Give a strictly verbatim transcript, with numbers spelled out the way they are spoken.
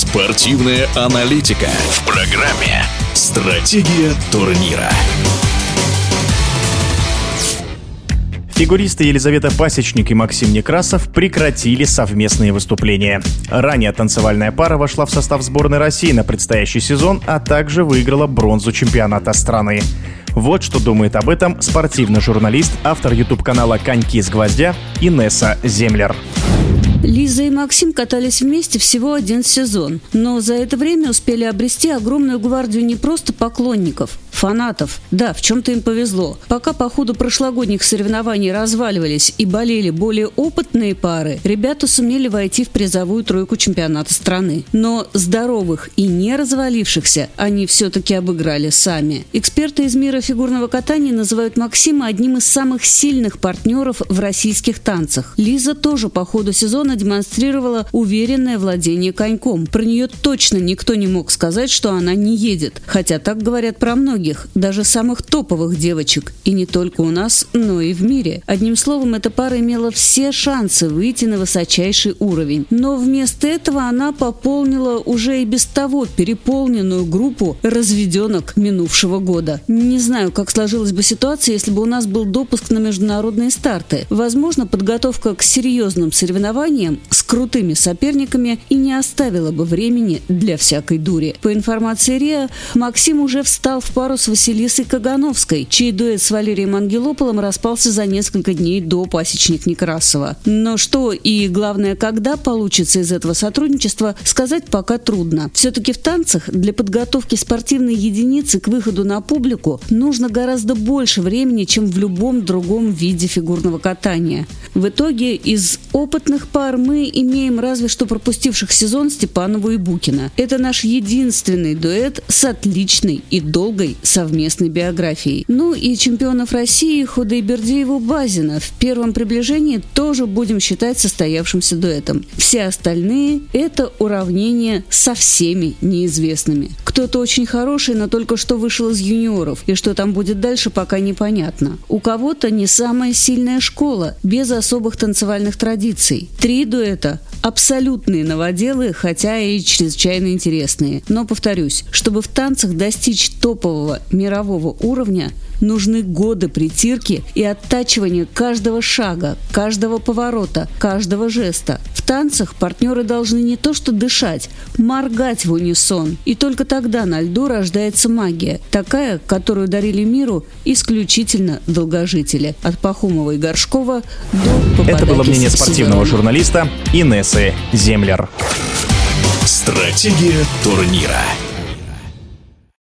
Спортивная аналитика в программе «Стратегия турнира». Фигуристы Елизавета Пасечник и Максим Некрасов прекратили совместные выступления. Ранее танцевальная пара вошла в состав сборной России на предстоящий сезон, а также выиграла бронзу чемпионата страны. Вот что думает об этом спортивный журналист, автор ютуб-канала «Коньки с гвоздя» Инесса Землер. Лиза и Максим катались вместе всего один сезон, но за это время успели обрести огромную гвардию не просто поклонников, фанатов. Да, в чем-то им повезло. Пока по ходу прошлогодних соревнований разваливались и болели более опытные пары, ребята сумели войти в призовую тройку чемпионата страны. Но здоровых и не развалившихся они все-таки обыграли сами. Эксперты из мира фигурного катания называют Максима одним из самых сильных партнеров в российских танцах. Лиза тоже по ходу сезона демонстрировала уверенное владение коньком. Про нее точно никто не мог сказать, что она не едет. Хотя так говорят про многих, даже самых топовых девочек. И не только у нас, но и в мире. Одним словом, эта пара имела все шансы выйти на высочайший уровень. Но вместо этого она пополнила уже и без того переполненную группу разведенок минувшего года. Не знаю, как сложилась бы ситуация, если бы у нас был допуск на международные старты. Возможно, подготовка к серьезным соревнованиям с крутыми соперниками и не оставила бы времени для всякой дури. По информации РИА, Максим уже встал в пару с Василисой Кагановской, чей дуэт с Валерием Ангелополом распался за несколько дней до Пасечник-Некрасова. Но что и, главное, когда получится из этого сотрудничества, сказать пока трудно. Все-таки в танцах для подготовки спортивной единицы к выходу на публику нужно гораздо больше времени, чем в любом другом виде фигурного катания. В итоге из опытных пар мы имеем разве что пропустивших сезон Степанову и Букина. Это наш единственный дуэт с отличной и долгой совместной биографией. Ну и чемпионов России Худайбердиеву-Базина в первом приближении тоже будем считать состоявшимся дуэтом. Все остальные – это уравнение со всеми неизвестными. Кто-то очень хороший, но только что вышел из юниоров, и что там будет дальше, пока непонятно. У кого-то не самая сильная школа, без особых танцевальных традиций. Три дуэта – абсолютные новоделы, хотя и чрезвычайно интересные. Но, повторюсь, чтобы в танцах достичь топового мирового уровня, нужны годы притирки и оттачивания каждого шага, каждого поворота, каждого жеста. В танцах партнеры должны не то что дышать, моргать в унисон. И только тогда на льду рождается магия. Такая, которую дарили миру исключительно долгожители. От Пахомова и Горшкова до Попадаки. Это было мнение спортивного журналиста Инессы Землер. Стратегия турнира.